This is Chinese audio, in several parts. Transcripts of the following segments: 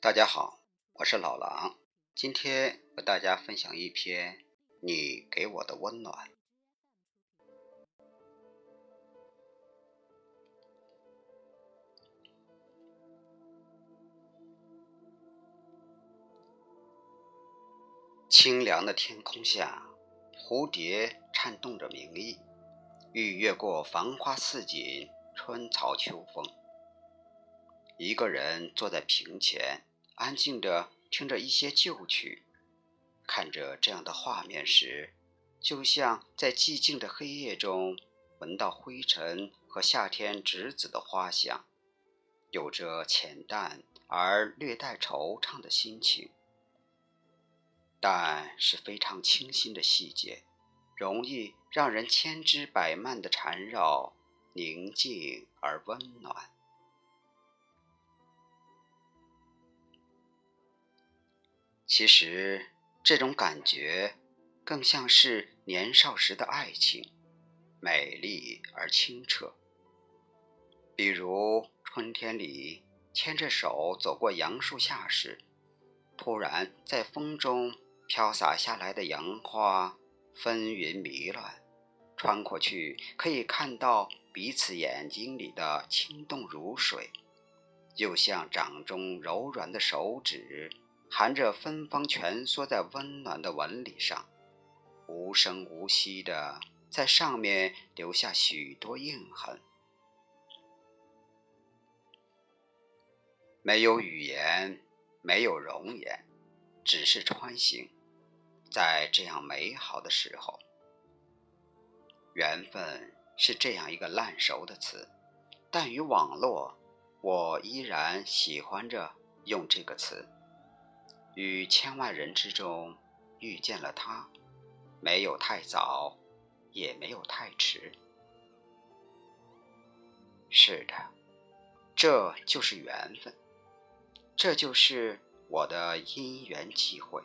大家好，我是老狼，今天和大家分享一篇你给我的温暖。清凉的天空下，蝴蝶颤动着鸣翼，欲越过繁花似锦，春草秋风。一个人坐在屏前，安静地听着一些旧曲，看着这样的画面时，就像在寂静的黑夜中闻到灰尘和夏天栀子的花香，有着浅淡而略带惆怅的心情。但是非常清新的细节，容易让人千枝百蔓的缠绕，宁静而温暖。其实这种感觉更像是年少时的爱情，美丽而清澈。比如春天里牵着手走过杨树下时，突然在风中飘洒下来的杨花纷纭迷乱，穿过去可以看到彼此眼睛里的清动如水，又像掌中柔软的手指，含着芬芳蜷缩在温暖的纹理上，无声无息地在上面留下许多印痕。没有语言，没有容颜，只是穿行。在这样美好的时候，缘分是这样一个烂熟的词，但与网络，我依然喜欢着用这个词。于千万人之中遇见了他，没有太早，也没有太迟。是的，这就是缘分，这就是我的因缘际会。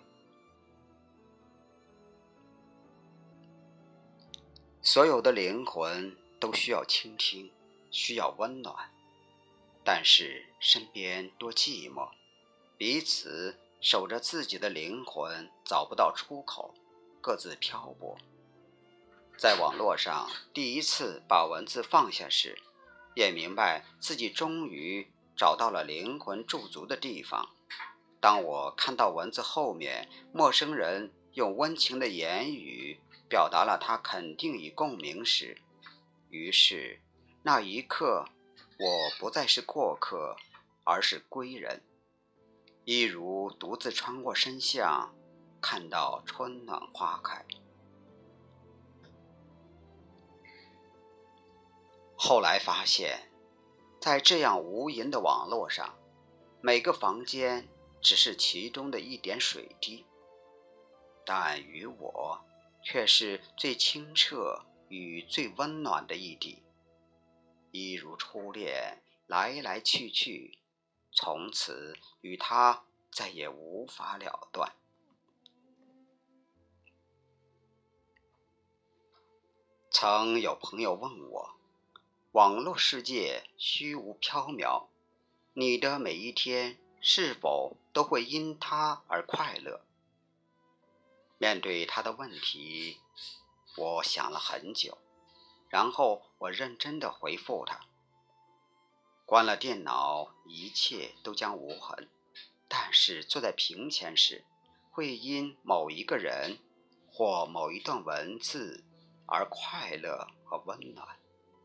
所有的灵魂都需要倾听，需要温暖，但是身边多寂寞，彼此守着自己的灵魂，找不到出口，各自漂泊。在网络上第一次把文字放下时，也明白自己终于找到了灵魂驻足的地方。当我看到文字后面陌生人用温情的言语表达了他肯定与共鸣时，于是那一刻我不再是过客，而是归人，一如独自穿过深巷，看到春暖花开。后来发现，在这样无垠的网络上，每个房间只是其中的一点水滴，但于我却是最清澈与最温暖的一滴，一如初恋，来来去去，从此与他再也无法了断。曾有朋友问我，网络世界虚无缥缈，你的每一天是否都会因他而快乐？面对他的问题，我想了很久，然后我认真地回复他：关了电脑，一切都将无痕，但是坐在屏前时，会因某一个人或某一段文字而快乐和温暖。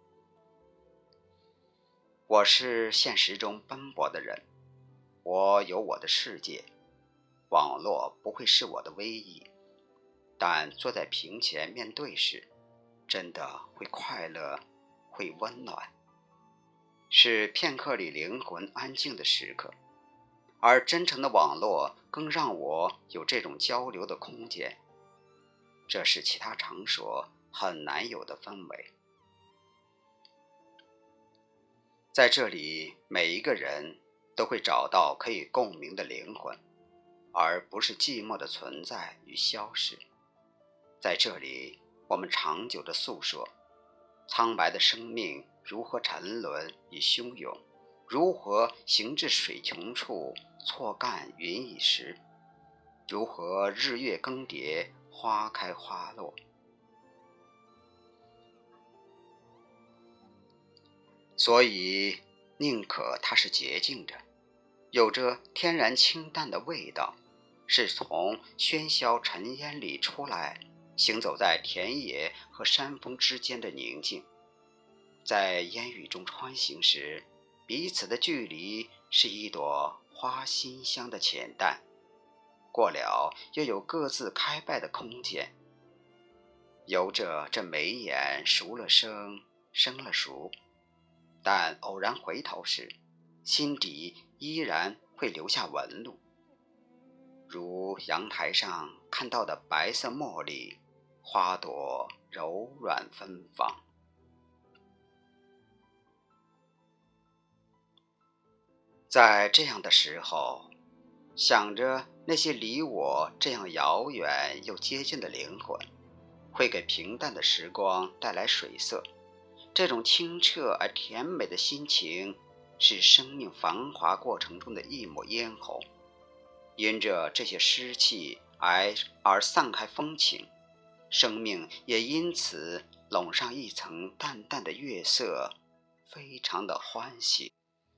我是现实中奔波的人，我有我的世界，网络不会是我的唯一，但坐在屏前面对时，真的会快乐，会温暖，是片刻里灵魂安静的时刻。而真诚的网络更让我有这种交流的空间，这是其他场所很难有的氛围。在这里，每一个人都会找到可以共鸣的灵魂，而不是寂寞的存在与消失。在这里，我们长久地诉说苍白的生命如何沉沦与汹涌，如何行至水穷处， 错干云已时，如何日月更迭，花开花落。所以宁可它是洁净的，有着天然清淡的味道，是从喧嚣尘烟里出来，行走在田野和山峰之间的宁静。在烟雨中穿行时，彼此的距离是一朵花馨香的浅淡，过了又有各自开败的空间。由着这眉眼熟了生，生了熟，但偶然回头时，心底依然会留下纹路，如阳台上看到的白色茉莉，花朵柔软芬芳。在这样的时候，想着那些离我这样遥远又接近的灵魂，会给平淡的时光带来水色。这种清澈而甜美的心情，是生命繁华过程中的一抹嫣红，因着这些湿气而散开风情，生命也因此笼上一层淡淡的月色，非常的欢喜。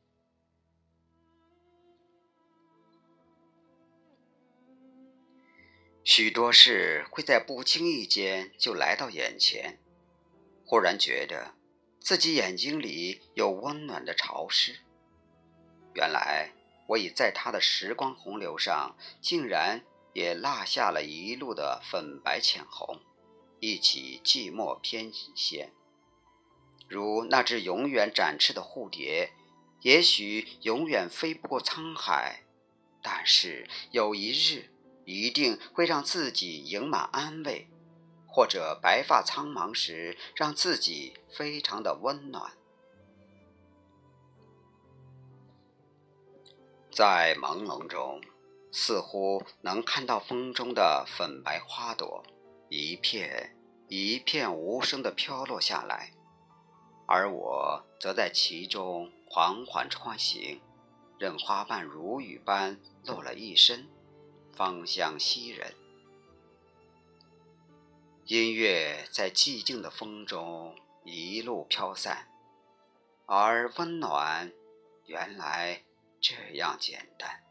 许多事会在不经意间就来到眼前，忽然觉得自己眼睛里有温暖的潮湿。原来我已在他的时光洪流上，竟然也落下了一路的粉白浅红，一起寂寞翩跹。如那只永远展翅的蝴蝶，也许永远飞不过沧海，但是有一日一定会让自己盈满安慰，或者白发苍茫时让自己非常的温暖。在朦胧中，似乎能看到风中的粉白花朵，一片一片无声地飘落下来，而我则在其中缓缓穿行，任花瓣如雨般落了一身，芳香袭人。音乐在寂静的风中一路飘散，而温暖原来这样简单。